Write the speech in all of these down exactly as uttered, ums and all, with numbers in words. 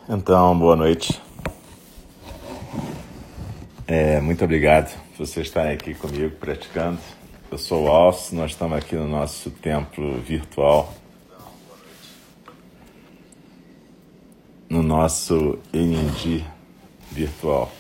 Então, boa noite. É, muito obrigado por vocês estarem aqui comigo praticando. Eu sou o Alcio, nós estamos aqui no nosso templo virtual, no nosso E N G virtual.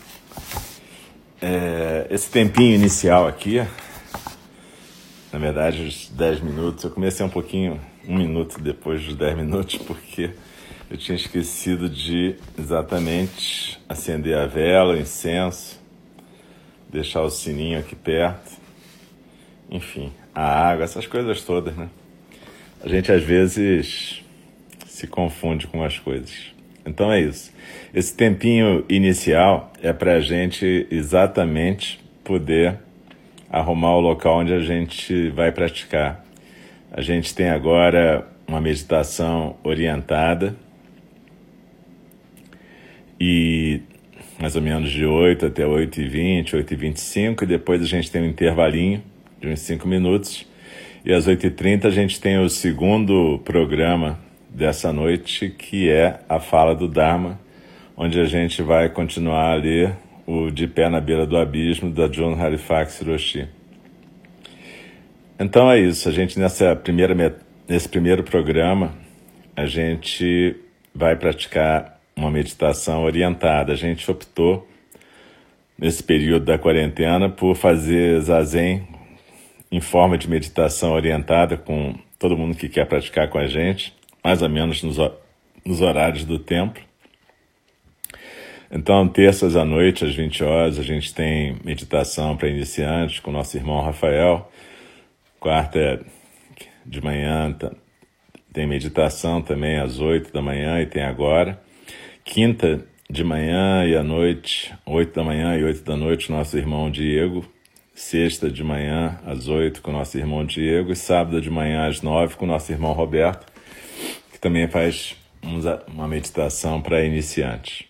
É, esse tempinho inicial aqui, na verdade, os dez minutos, eu comecei um pouquinho, um minuto depois dos dez minutos, porque eu tinha esquecido de exatamente acender a vela, o incenso, deixar o sininho aqui perto, enfim, a água, essas coisas todas, né? A gente às vezes se confunde com as coisas. Então é isso. Esse tempinho inicial é para a gente exatamente poder arrumar o local onde a gente vai praticar. A gente tem agora uma meditação orientada e mais ou menos de oito até oito e vinte, oito e vinte e cinco, e depois a gente tem um intervalinho de uns cinco minutos, e às oito e trinta a gente tem o segundo programa dessa noite, que é a fala do Dharma, onde a gente vai continuar a ler o De Pé na Beira do Abismo, da John Halifax Roshi. Então é isso, a gente nessa primeira, nesse primeiro programa, a gente vai praticar uma meditação orientada. A gente optou, nesse período da quarentena, por fazer zazen em forma de meditação orientada com todo mundo que quer praticar com a gente, mais ou menos nos, nos horários do templo. Então, terças à noite, às vinte horas, a gente tem meditação para iniciantes com o nosso irmão Rafael. Quarta de manhã tem meditação também às oito da manhã e tem agora. Quinta de manhã e à noite, oito da manhã e oito da noite, nosso irmão Diego. Sexta de manhã às oito com o nosso irmão Diego. E sábado de manhã às nove com o nosso irmão Roberto, que também faz uma meditação para iniciantes.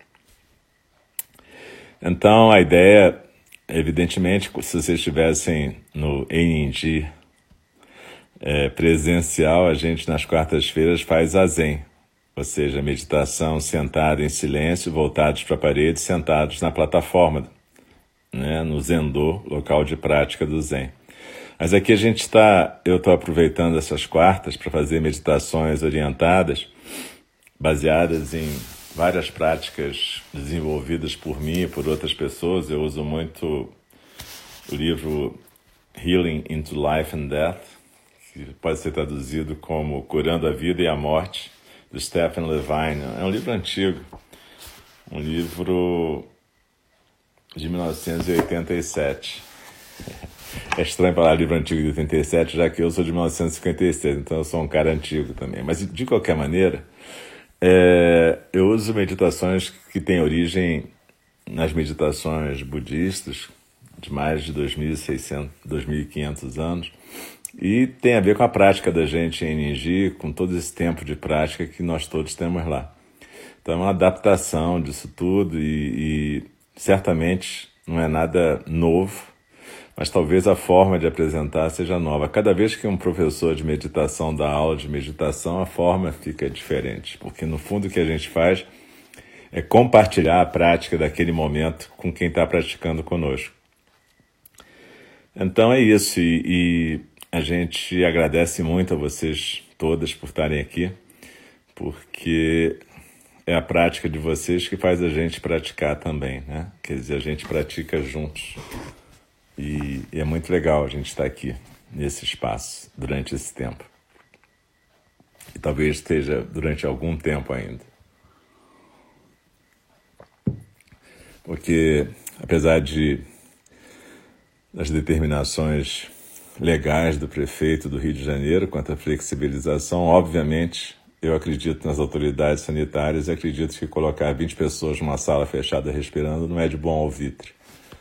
Então, a ideia, evidentemente, se vocês estivessem no E N G é, presencial, a gente nas quartas-feiras faz zazen, ou seja, meditação sentada em silêncio, voltados para a parede, sentados na plataforma, né, no Zendô, local de prática do Zen. Mas aqui a gente está, eu estou aproveitando essas quartas para fazer meditações orientadas, baseadas em várias práticas desenvolvidas por mim e por outras pessoas. Eu uso muito o livro Healing into Life and Death, que pode ser traduzido como Curando a Vida e a Morte, do Stephen Levine. É um livro antigo, um livro de mil novecentos e oitenta e sete. É estranho falar livro antigo de oitenta e sete, já que eu sou de mil novecentos e cinquenta e seis, então eu sou um cara antigo também. Mas, de qualquer maneira, é, eu uso meditações que têm origem nas meditações budistas, de mais de dois mil e seiscentos, dois mil e quinhentos anos, e tem a ver com a prática da gente em N G, com todo esse tempo de prática que nós todos temos lá. Então é uma adaptação disso tudo e, e certamente não é nada novo, mas talvez a forma de apresentar seja nova. Cada vez que um professor de meditação dá aula de meditação, a forma fica diferente, porque no fundo o que a gente faz é compartilhar a prática daquele momento com quem está praticando conosco. Então é isso, e, e a gente agradece muito a vocês todas por estarem aqui, porque é a prática de vocês que faz a gente praticar também, né? Quer dizer, a gente pratica juntos. E, e é muito legal a gente estar aqui, nesse espaço, durante esse tempo. E talvez esteja durante algum tempo ainda. Porque, apesar de das determinações legais do prefeito do Rio de Janeiro quanto à flexibilização, obviamente, eu acredito nas autoridades sanitárias e acredito que colocar vinte pessoas numa sala fechada respirando não é de bom alvitre.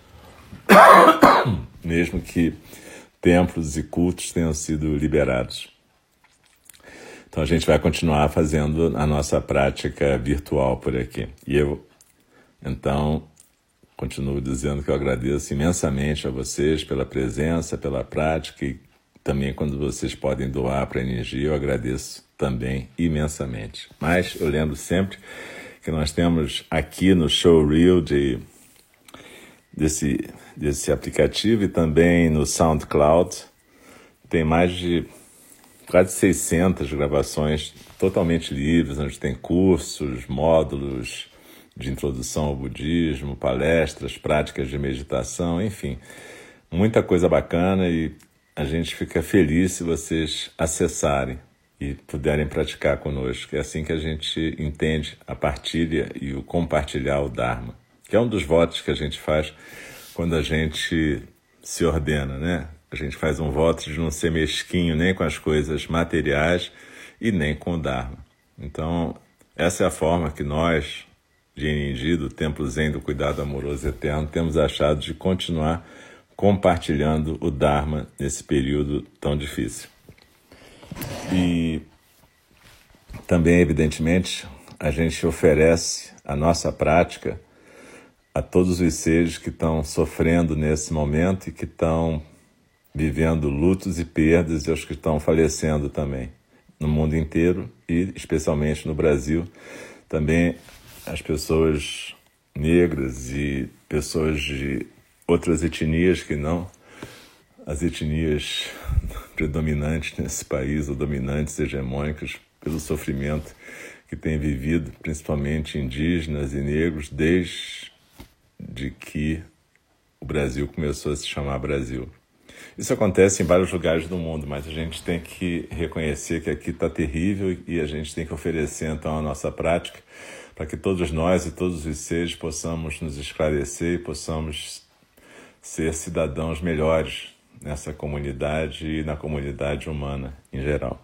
Mesmo que templos e cultos tenham sido liberados. Então a gente vai continuar fazendo a nossa prática virtual por aqui. E eu, então, continuo dizendo que eu agradeço imensamente a vocês pela presença, pela prática e também quando vocês podem doar para a energia, eu agradeço também imensamente. Mas eu lembro sempre que nós temos aqui no Showreel de, desse, desse aplicativo e também no SoundCloud, tem mais de quase seiscentas gravações totalmente livres, onde tem cursos, módulos de introdução ao budismo, palestras, práticas de meditação, enfim, muita coisa bacana, e a gente fica feliz se vocês acessarem e puderem praticar conosco. É assim que a gente entende a partilha e o compartilhar o Dharma, que é um dos votos que a gente faz quando a gente se ordena, né? A gente faz um voto de não ser mesquinho nem com as coisas materiais e nem com o Dharma. Então, essa é a forma que nós, de Enindi, do Templo Zen do Cuidado Amoroso Eterno, temos achado de continuar compartilhando o Dharma nesse período tão difícil. E também, evidentemente, a gente oferece a nossa prática a todos os seres que estão sofrendo nesse momento e que estão vivendo lutos e perdas, e aos que estão falecendo também, no mundo inteiro e especialmente no Brasil. Também as pessoas negras e pessoas de outras etnias que não as etnias predominantes nesse país, ou dominantes, hegemônicas, pelo sofrimento que têm vivido, principalmente indígenas e negros, desde que o Brasil começou a se chamar Brasil. Isso acontece em vários lugares do mundo, mas a gente tem que reconhecer que aqui está terrível e a gente tem que oferecer, então, a nossa prática para que todos nós e todos os seres possamos nos esclarecer e possamos ser cidadãos melhores nessa comunidade e na comunidade humana em geral.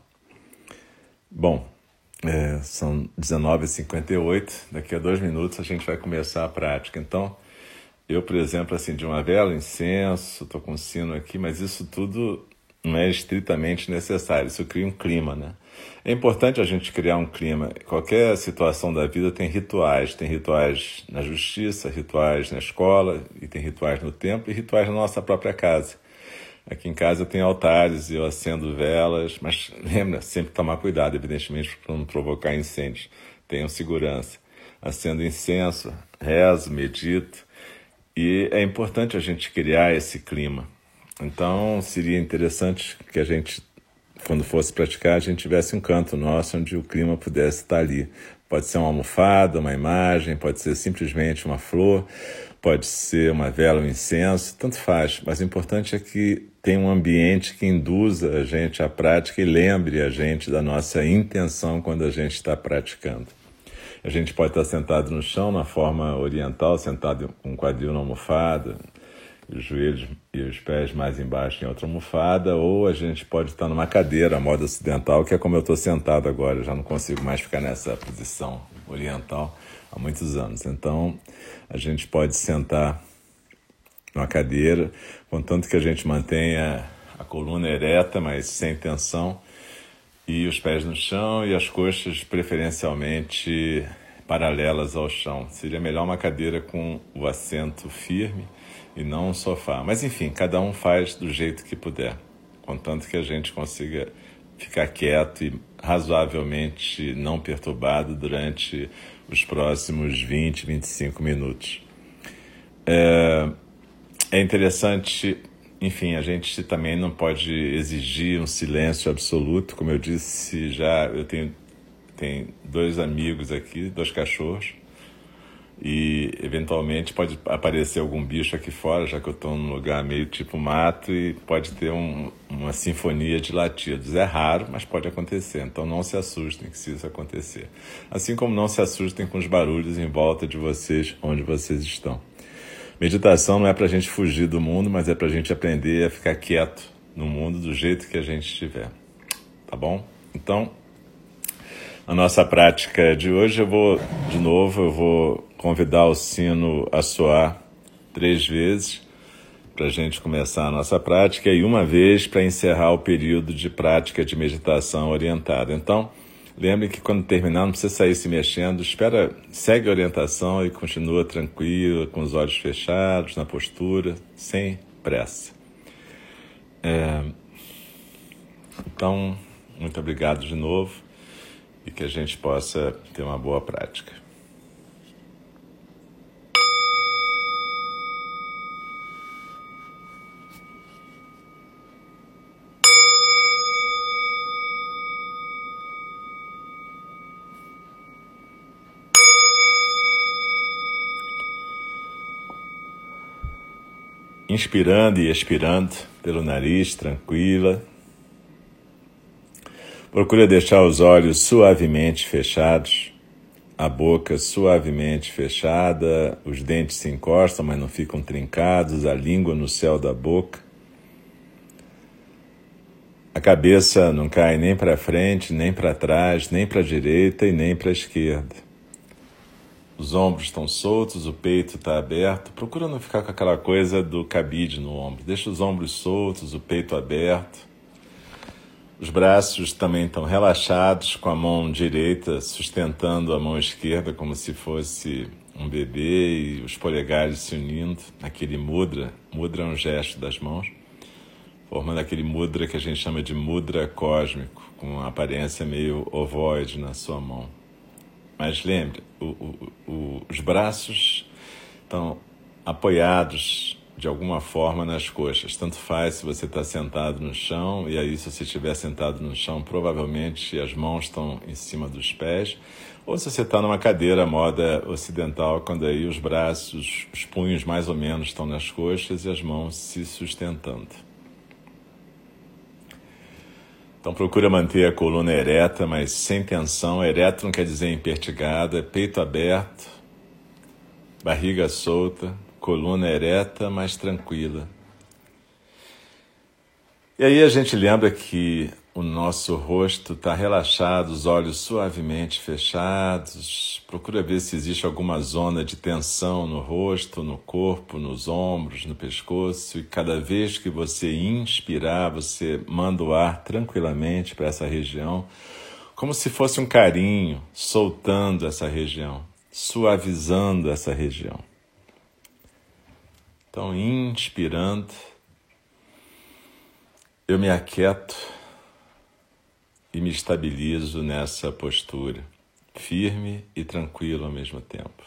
Bom, é, são dezenove e cinquenta e oito, daqui a dois minutos a gente vai começar a prática. Então, eu, por exemplo, acendi uma vela, incenso, estou com um sino aqui, mas isso tudo não é estritamente necessário, isso cria um clima, né? É importante a gente criar um clima. Qualquer situação da vida tem rituais, tem rituais na justiça, rituais na escola, e tem rituais no templo e rituais na nossa própria casa. Aqui em casa eu tenho altares e eu acendo velas, mas lembra, sempre tomar cuidado, evidentemente, para não provocar incêndios. Tenham segurança. Acendo incenso, rezo, medito. E é importante a gente criar esse clima. Então, seria interessante que a gente, quando fosse praticar, a gente tivesse um canto nosso onde o clima pudesse estar ali. Pode ser uma almofada, uma imagem, pode ser simplesmente uma flor, pode ser uma vela, um incenso, tanto faz. Mas o importante é que tenha um ambiente que induza a gente à prática e lembre a gente da nossa intenção quando a gente está praticando. A gente pode estar sentado no chão, na forma oriental, sentado com o quadril na almofada, os joelhos e os pés mais embaixo em outra almofada, ou a gente pode estar numa cadeira, a moda ocidental, que é como eu estou sentado agora. Eu já não consigo mais ficar nessa posição oriental há muitos anos. Então, a gente pode sentar numa cadeira, contanto que a gente mantenha a coluna ereta, mas sem tensão, e os pés no chão e as coxas preferencialmente paralelas ao chão. Seria melhor uma cadeira com o assento firme e não um sofá. Mas enfim, cada um faz do jeito que puder, contanto que a gente consiga ficar quieto e razoavelmente não perturbado durante os próximos vinte, vinte e cinco minutos. É, é interessante, enfim, a gente também não pode exigir um silêncio absoluto. Como eu disse já, eu tenho, tenho dois amigos aqui, dois cachorros, e eventualmente pode aparecer algum bicho aqui fora, já que eu estou num lugar meio tipo mato, e pode ter um, uma sinfonia de latidos. É raro, mas pode acontecer, então não se assustem se isso acontecer. Assim como não se assustem com os barulhos em volta de vocês, onde vocês estão. Meditação não é para a gente fugir do mundo, mas é para a gente aprender a ficar quieto no mundo do jeito que a gente estiver. Tá bom? Então, a nossa prática de hoje, eu vou, de novo, eu vou convidar o sino a soar três vezes para a gente começar a nossa prática e uma vez para encerrar o período de prática de meditação orientada. Então, lembre que quando terminar não precisa sair se mexendo, espera, segue a orientação e continua tranquilo, com os olhos fechados, na postura, sem pressa. É, Então, muito obrigado de novo e que a gente possa ter uma boa prática. Inspirando e expirando pelo nariz, tranquila. Procura deixar os olhos suavemente fechados, a boca suavemente fechada, os dentes se encostam, mas não ficam trincados, a língua no céu da boca. A cabeça não cai nem para frente, nem para trás, nem para a direita e nem para a esquerda. Os ombros estão soltos, o peito está aberto. Procura não ficar com aquela coisa do cabide no ombro. Deixa os ombros soltos, o peito aberto. Os braços também estão relaxados, com a mão direita sustentando a mão esquerda como se fosse um bebê e os polegares se unindo naquele mudra. Mudra é um gesto das mãos, formando aquele mudra que a gente chama de mudra cósmico, com uma aparência meio ovoide na sua mão. Mas lembre, o, o, o, os braços estão apoiados de alguma forma nas coxas. Tanto faz se você está sentado no chão, e aí se você estiver sentado no chão, provavelmente as mãos estão em cima dos pés, ou se você está numa cadeira moda ocidental, quando aí os braços, os punhos mais ou menos estão nas coxas e as mãos se sustentando. Então procura manter a coluna ereta, mas sem tensão. Ereto não quer dizer empertigada, peito aberto, barriga solta, coluna ereta, mas tranquila. E aí a gente lembra que o nosso rosto está relaxado, os olhos suavemente fechados. Procura ver se existe alguma zona de tensão no rosto, no corpo, nos ombros, no pescoço. E cada vez que você inspirar, você manda o ar tranquilamente para essa região, como se fosse um carinho, soltando essa região, suavizando essa região. Então, inspirando, eu me aquieto e me estabilizo nessa postura, firme e tranquilo ao mesmo tempo.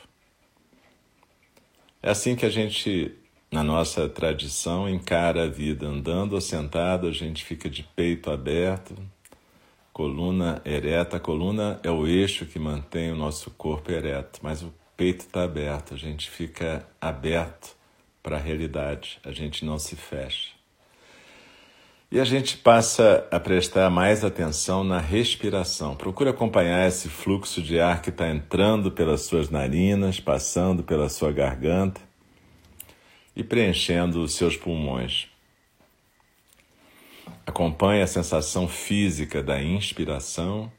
É assim que a gente, na nossa tradição, encara a vida. Andando ou sentado, a gente fica de peito aberto, coluna ereta. A coluna é o eixo que mantém o nosso corpo ereto, mas o peito está aberto, a gente fica aberto para a realidade, a gente não se fecha. E a gente passa a prestar mais atenção na respiração. Procura acompanhar esse fluxo de ar que está entrando pelas suas narinas, passando pela sua garganta e preenchendo os seus pulmões. Acompanhe a sensação física da inspiração.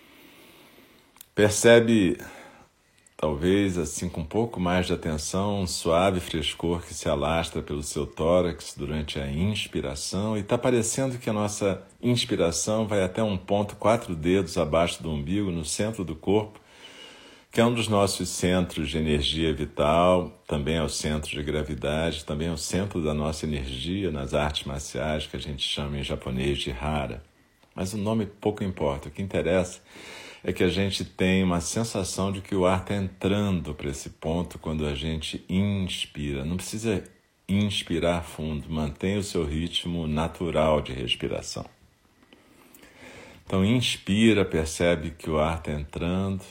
Percebe, talvez assim com um pouco mais de atenção, um suave frescor que se alastra pelo seu tórax durante a inspiração, e está parecendo que a nossa inspiração vai até um ponto quatro dedos abaixo do umbigo, no centro do corpo, que é um dos nossos centros de energia vital, também é o centro de gravidade, também é o centro da nossa energia nas artes marciais, que a gente chama em japonês de hara. Mas o nome pouco importa, o que interessa é que a gente tem uma sensação de que o ar está entrando para esse ponto quando a gente inspira. Não precisa inspirar fundo, mantenha o seu ritmo natural de respiração. Então inspira, percebe que o ar está entrando.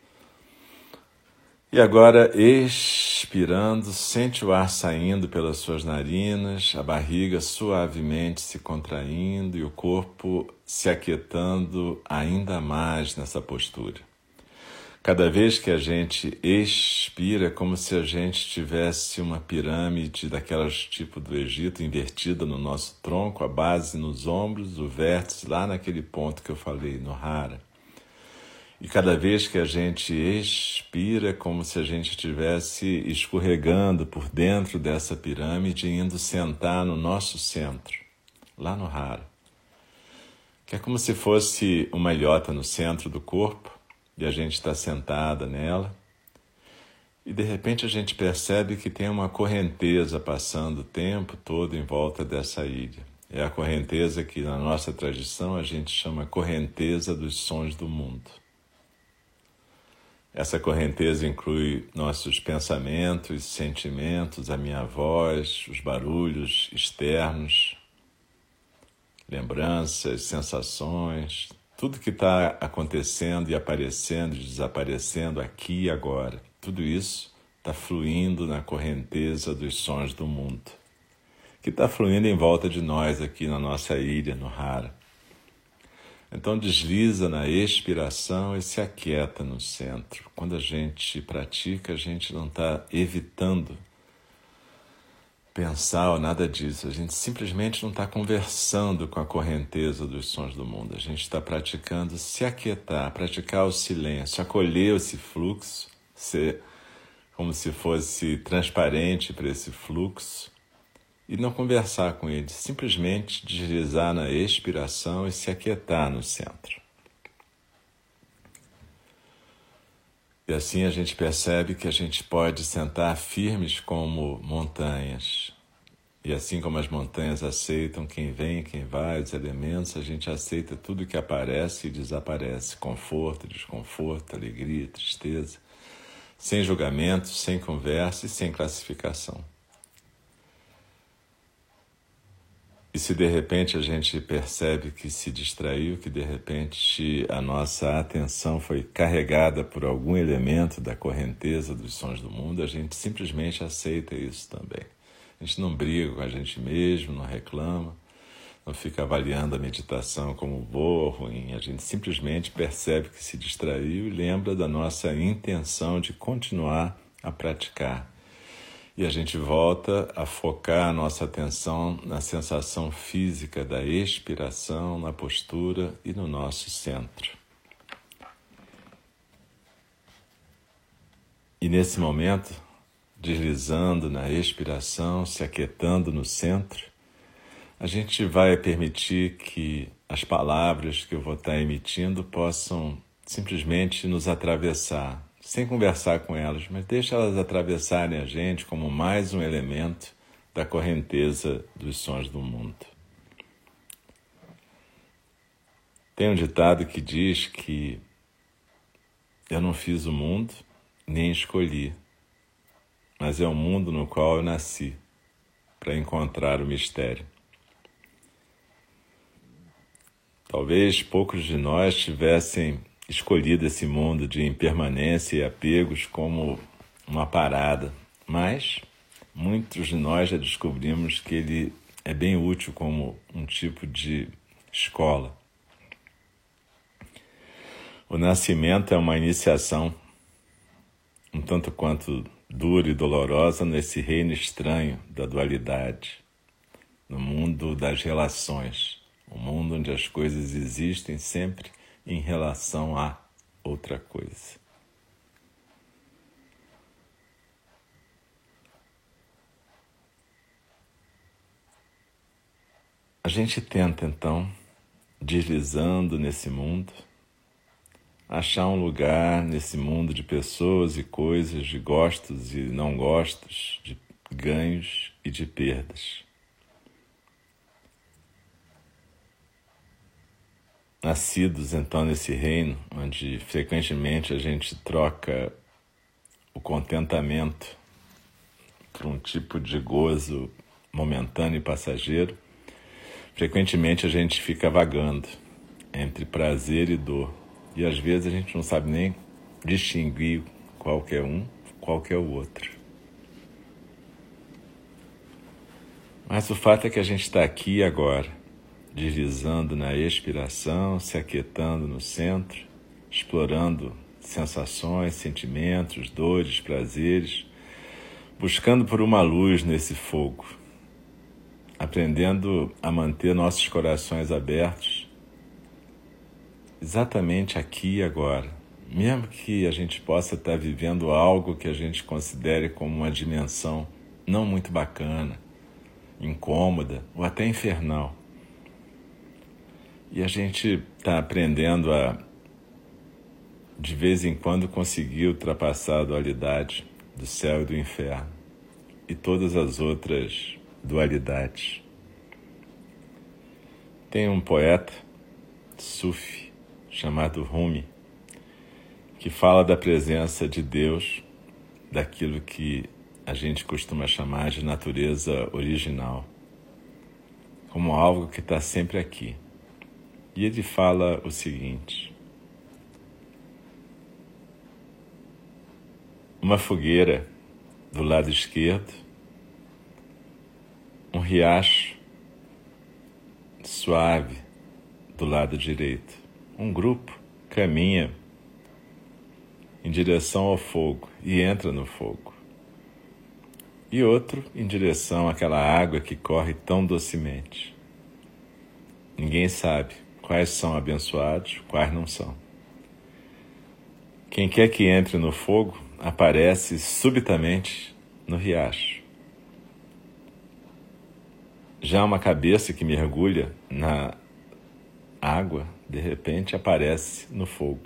E agora, expirando, sente o ar saindo pelas suas narinas, a barriga suavemente se contraindo e o corpo se aquietando ainda mais nessa postura. Cada vez que a gente expira, é como se a gente tivesse uma pirâmide daquelas tipo do Egito, invertida no nosso tronco, a base nos ombros, o vértice lá naquele ponto que eu falei, no hara. E cada vez que a gente expira, é como se a gente estivesse escorregando por dentro dessa pirâmide e indo sentar no nosso centro, lá no hara. Que é como se fosse uma ilhota no centro do corpo e a gente está sentada nela. E de repente a gente percebe que tem uma correnteza passando o tempo todo em volta dessa ilha. É a correnteza que na nossa tradição a gente chama correnteza dos sons do mundo. Essa correnteza inclui nossos pensamentos, sentimentos, a minha voz, os barulhos externos, lembranças, sensações, tudo que está acontecendo e aparecendo e desaparecendo aqui e agora. Tudo isso está fluindo na correnteza dos sons do mundo, que está fluindo em volta de nós aqui na nossa ilha, no Hara. Então desliza na expiração e se aquieta no centro. Quando a gente pratica, a gente não está evitando pensar ou nada disso. A gente simplesmente não está conversando com a correnteza dos sons do mundo. A gente está praticando se aquietar, praticar o silêncio, acolher esse fluxo, ser como se fosse transparente para esse fluxo e não conversar com ele, simplesmente deslizar na expiração e se aquietar no centro. E assim a gente percebe que a gente pode sentar firmes como montanhas. E assim como as montanhas aceitam quem vem e quem vai, os elementos, a gente aceita tudo que aparece e desaparece. Conforto, desconforto, alegria, tristeza. Sem julgamento, sem conversa e sem classificação. E se de repente a gente percebe que se distraiu, que de repente a nossa atenção foi carregada por algum elemento da correnteza dos sons do mundo, a gente simplesmente aceita isso também. A gente não briga com a gente mesmo, não reclama, não fica avaliando a meditação como boa ou ruim. A gente simplesmente percebe que se distraiu e lembra da nossa intenção de continuar a praticar. E a gente volta a focar a nossa atenção na sensação física da expiração, na postura e no nosso centro. E nesse momento, deslizando na expiração, se aquietando no centro, a gente vai permitir que as palavras que eu vou estar emitindo possam simplesmente nos atravessar, sem conversar com elas, mas deixa elas atravessarem a gente como mais um elemento da correnteza dos sons do mundo. Tem um ditado que diz que eu não fiz o mundo, nem escolhi, mas é o mundo no qual eu nasci, para encontrar o mistério. Talvez poucos de nós tivessem escolhido esse mundo de impermanência e apegos como uma parada, mas muitos de nós já descobrimos que ele é bem útil como um tipo de escola. O nascimento é uma iniciação, um tanto quanto dura e dolorosa nesse reino estranho da dualidade, no mundo das relações, o mundo onde as coisas existem sempre em relação a outra coisa. A gente tenta, então, deslizando nesse mundo, achar um lugar nesse mundo de pessoas e coisas, de gostos e não gostos, de ganhos e de perdas. Nascidos, então, nesse reino, onde frequentemente a gente troca o contentamento por um tipo de gozo momentâneo e passageiro, frequentemente a gente fica vagando entre prazer e dor. E às vezes a gente não sabe nem distinguir qual que é um, qual que é o outro. Mas o fato é que a gente está aqui agora, deslizando na expiração, se aquietando no centro, explorando sensações, sentimentos, dores, prazeres, buscando por uma luz nesse fogo, aprendendo a manter nossos corações abertos exatamente aqui e agora, mesmo que a gente possa estar vivendo algo que a gente considere como uma dimensão não muito bacana, incômoda ou até infernal. E a gente está aprendendo a, de vez em quando, conseguir ultrapassar a dualidade do céu e do inferno e todas as outras dualidades. Tem um poeta, Sufi, chamado Rumi, que fala da presença de Deus, daquilo que a gente costuma chamar de natureza original, como algo que está sempre aqui. E ele fala o seguinte: uma fogueira do lado esquerdo, um riacho suave do lado direito. Um grupo caminha em direção ao fogo e entra no fogo. E outro em direção àquela água que corre tão docemente. Ninguém sabe quais são abençoados, quais não são. Quem quer que entre no fogo aparece subitamente no riacho. Já uma cabeça que mergulha na água, de repente aparece no fogo.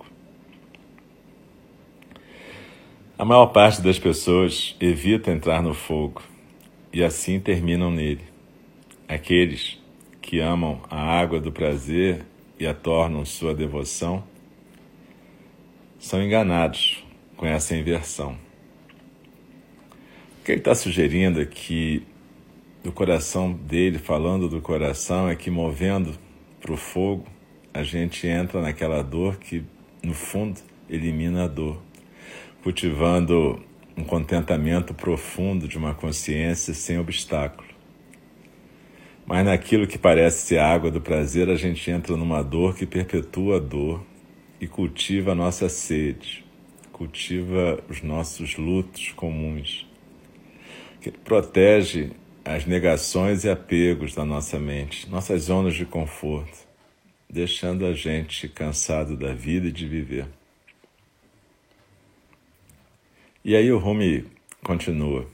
A maior parte das pessoas evita entrar no fogo e assim terminam nele. Aqueles que amam a água do prazer e a tornam sua devoção são enganados com essa inversão. O que ele está sugerindo é que do coração dele, falando do coração, é que movendo para o fogo, a gente entra naquela dor que, no fundo, elimina a dor, cultivando um contentamento profundo de uma consciência sem obstáculo. Mas naquilo que parece ser a água do prazer, a gente entra numa dor que perpetua a dor e cultiva a nossa sede, cultiva os nossos lutos comuns, que protege as negações e apegos da nossa mente, nossas zonas de conforto, deixando a gente cansado da vida e de viver. E aí o Rumi continua.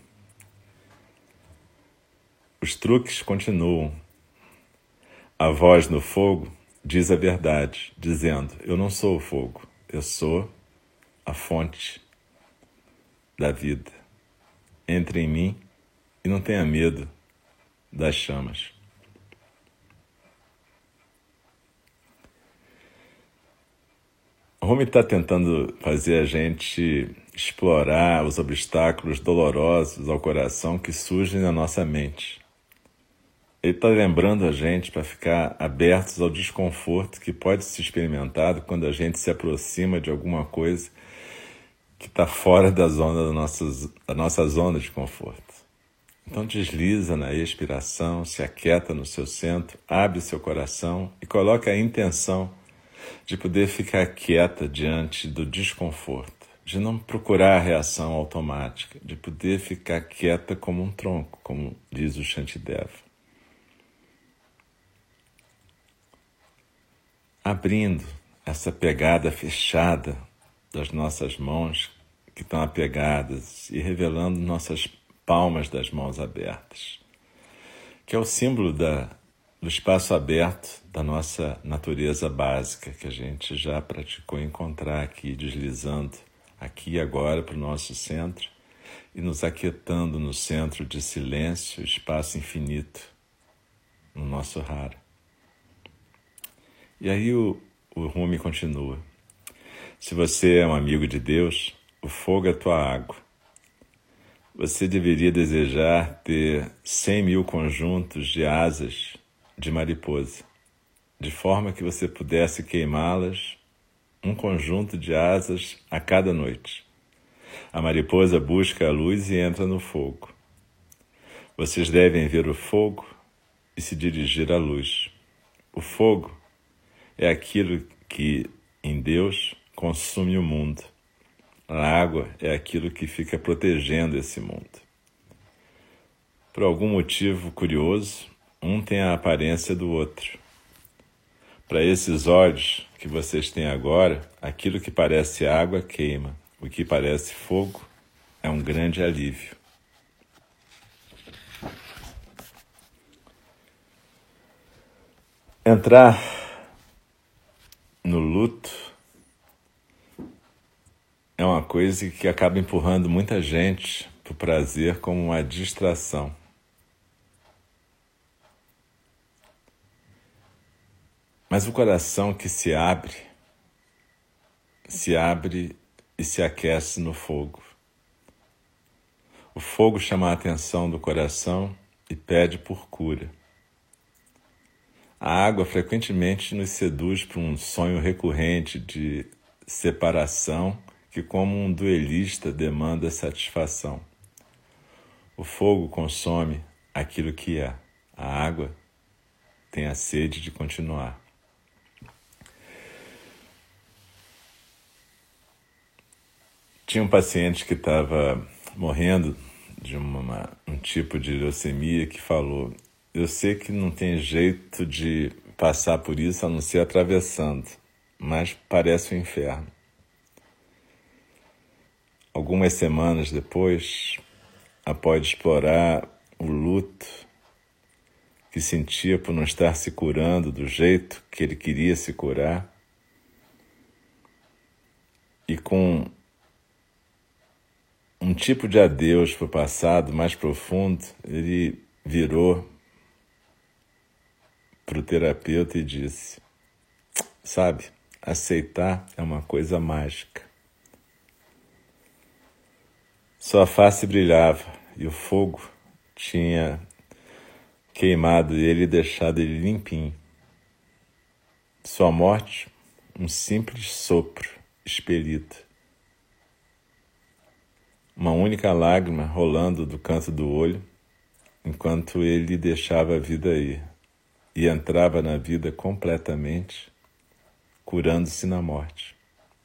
Os truques continuam. A voz no fogo diz a verdade, dizendo: eu não sou o fogo, eu sou a fonte da vida. Entre em mim e não tenha medo das chamas. Rumi está tentando fazer a gente explorar os obstáculos dolorosos ao coração que surgem na nossa mente. Ele está lembrando a gente para ficar abertos ao desconforto que pode ser experimentado quando a gente se aproxima de alguma coisa que está fora da, zona da, nossa, da nossa zona de conforto. Então desliza na expiração, se aquieta no seu centro, abre seu coração e coloca a intenção de poder ficar quieta diante do desconforto, de não procurar a reação automática, de poder ficar quieta como um tronco, como diz o Shantideva. Abrindo essa pegada fechada das nossas mãos que estão apegadas e revelando nossas palmas das mãos abertas, que é o símbolo da, do espaço aberto da nossa natureza básica, que a gente já praticou encontrar aqui, deslizando aqui e agora para o nosso centro e nos aquietando no centro de silêncio, espaço infinito, no nosso rara. E aí o, o Rumi continua. Se você é um amigo de Deus, o fogo é tua água. Você deveria desejar ter cem mil conjuntos de asas de mariposa, de forma que você pudesse queimá-las, um conjunto de asas a cada noite. A mariposa busca a luz e entra no fogo. Vocês devem ver o fogo e se dirigir à luz. O fogo é aquilo que, em Deus, consome o mundo. A água é aquilo que fica protegendo esse mundo. Por algum motivo curioso, um tem a aparência do outro. Para esses olhos que vocês têm agora, aquilo que parece água queima, o que parece fogo é um grande alívio. Entrar no luto é uma coisa que acaba empurrando muita gente para o prazer como uma distração. Mas o coração que se abre, se abre e se aquece no fogo. O fogo chama a atenção do coração e pede por cura. A água frequentemente nos seduz para um sonho recorrente de separação que, como um duelista, demanda satisfação. O fogo consome aquilo que é. A água tem a sede de continuar. Tinha um paciente que estava morrendo de uma, um tipo de leucemia que falou: eu sei que não tem jeito de passar por isso a não ser atravessando, mas parece um inferno. Algumas semanas depois, após explorar o luto que sentia por não estar se curando do jeito que ele queria se curar, e com um tipo de adeus para o passado mais profundo, ele virou para o terapeuta e disse: sabe, aceitar é uma coisa mágica. Sua face brilhava e o fogo tinha queimado ele e deixado ele limpinho. Sua morte, um simples sopro expelido. Uma única lágrima rolando do canto do olho, enquanto ele deixava a vida ir e entrava na vida completamente, curando-se na morte.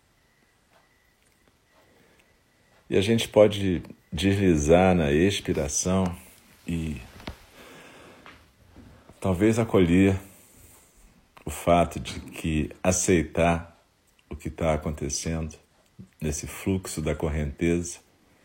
E a gente pode deslizar na expiração e talvez acolher o fato de que aceitar o que está acontecendo nesse fluxo da correnteza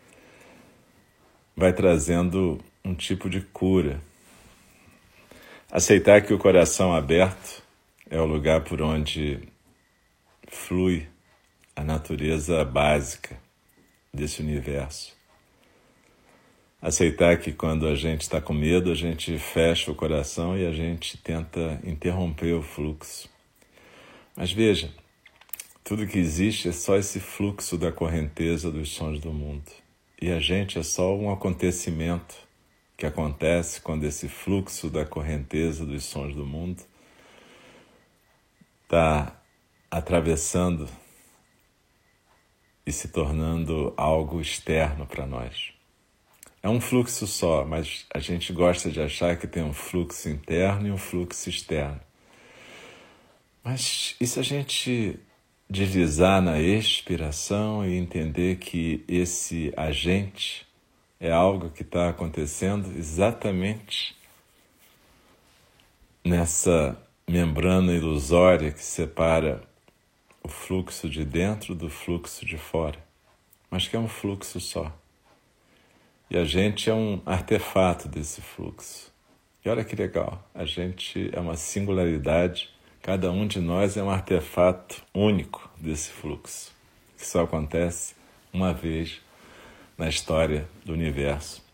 vai trazendo um tipo de cura. Aceitar que o coração aberto é o lugar por onde flui a natureza básica desse universo. Aceitar que quando a gente está com medo, a gente fecha o coração e a gente tenta interromper o fluxo. Mas veja, tudo que existe é só esse fluxo da correnteza dos sons do mundo. E a gente é só um acontecimento que acontece quando esse fluxo da correnteza dos sons do mundo está atravessando e se tornando algo externo para nós. É um fluxo só, mas a gente gosta de achar que tem um fluxo interno e um fluxo externo. Mas e se a gente deslizar na expiração e entender que esse agente é algo que está acontecendo exatamente nessa membrana ilusória que separa o fluxo de dentro do fluxo de fora, mas que é um fluxo só. E a gente é um artefato desse fluxo. E olha que legal, a gente é uma singularidade, cada um de nós é um artefato único desse fluxo, que só acontece uma vez na história do universo.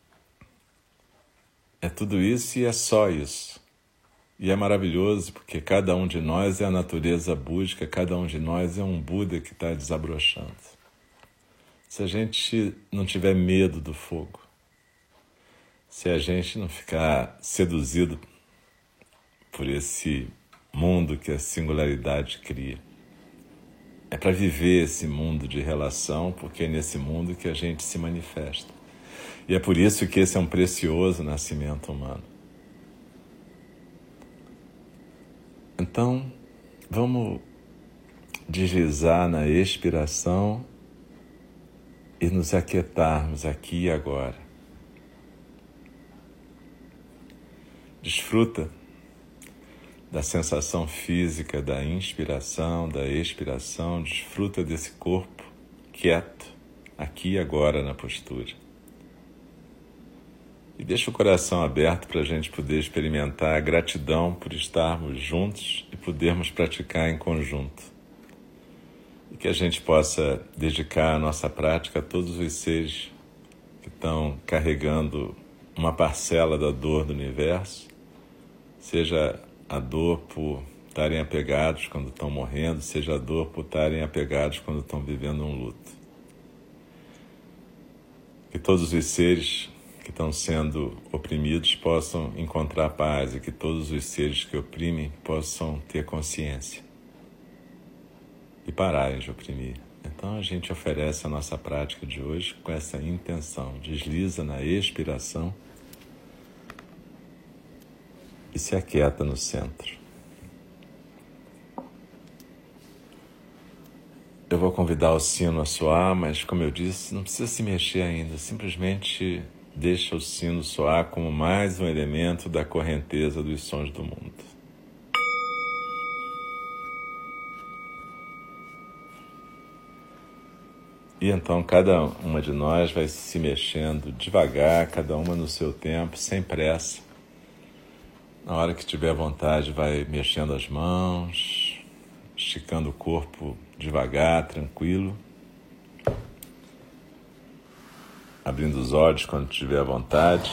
É tudo isso e é só isso. E é maravilhoso porque cada um de nós é a natureza búdica, cada um de nós é um Buda que está desabrochando. Se a gente não tiver medo do fogo, se a gente não ficar seduzido por esse mundo que a singularidade cria, é para viver esse mundo de relação, porque é nesse mundo que a gente se manifesta. E é por isso que esse é um precioso nascimento humano. Então, vamos deslizar na expiração e nos aquietarmos aqui e agora. Desfruta da sensação física da inspiração, da expiração, desfruta desse corpo quieto, aqui e agora na postura. E deixa o coração aberto para a gente poder experimentar a gratidão por estarmos juntos e podermos praticar em conjunto. E que a gente possa dedicar a nossa prática a todos os seres que estão carregando uma parcela da dor do universo, seja a dor por estarem apegados quando estão morrendo, seja a dor por estarem apegados quando estão vivendo um luto. Que todos os seres que estão sendo oprimidos possam encontrar paz e que todos os seres que oprimem possam ter consciência e pararem de oprimir. Então a gente oferece a nossa prática de hoje com essa intenção. Desliza na expiração e se aquieta no centro. Eu vou convidar o sino a soar, mas como eu disse, não precisa se mexer ainda. Simplesmente deixa o sino soar como mais um elemento da correnteza dos sons do mundo. E então cada uma de nós vai se mexendo devagar, cada uma no seu tempo, sem pressa. Na hora que tiver vontade, vai mexendo as mãos, esticando o corpo devagar, tranquilo. Abrindo os olhos quando tiver vontade.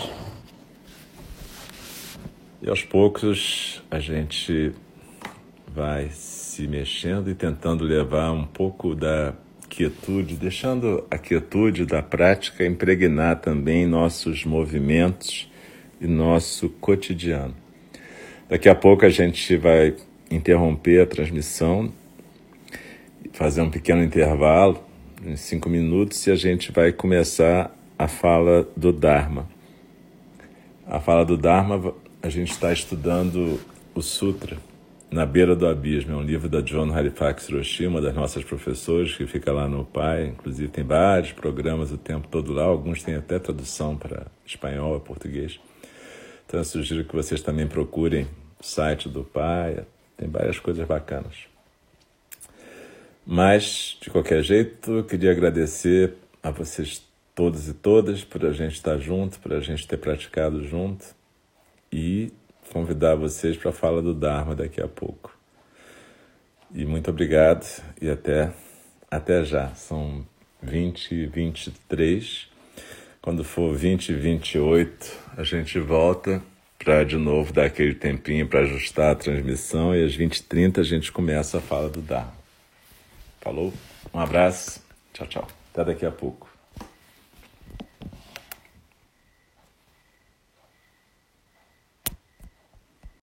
E aos poucos a gente vai se mexendo e tentando levar um pouco da quietude, deixando a quietude da prática impregnar também nossos movimentos e nosso cotidiano. Daqui a pouco a gente vai interromper a transmissão, fazer um pequeno intervalo, em cinco minutos, e a gente vai começar a fala do Dharma. A fala do Dharma, a gente está estudando o Sutra, Na Beira do Abismo, é um livro da Joan Halifax Roshi, uma das nossas professoras, que fica lá no P A I, inclusive tem vários programas o tempo todo lá, alguns têm até tradução para espanhol e português. Então eu sugiro que vocês também procurem o site do P A I, tem várias coisas bacanas. Mas, de qualquer jeito, eu queria agradecer a vocês todos e todas por a gente estar junto, por a gente ter praticado junto e convidar vocês para a fala do Dharma daqui a pouco. E muito obrigado e até, até já. São vinte e vinte e três. Quando for vinte e vinte e oito, a gente volta para de novo dar aquele tempinho para ajustar a transmissão e às vinte e trinta a gente começa a fala do Dharma. Falou? Um abraço. Tchau, tchau. Até daqui a pouco.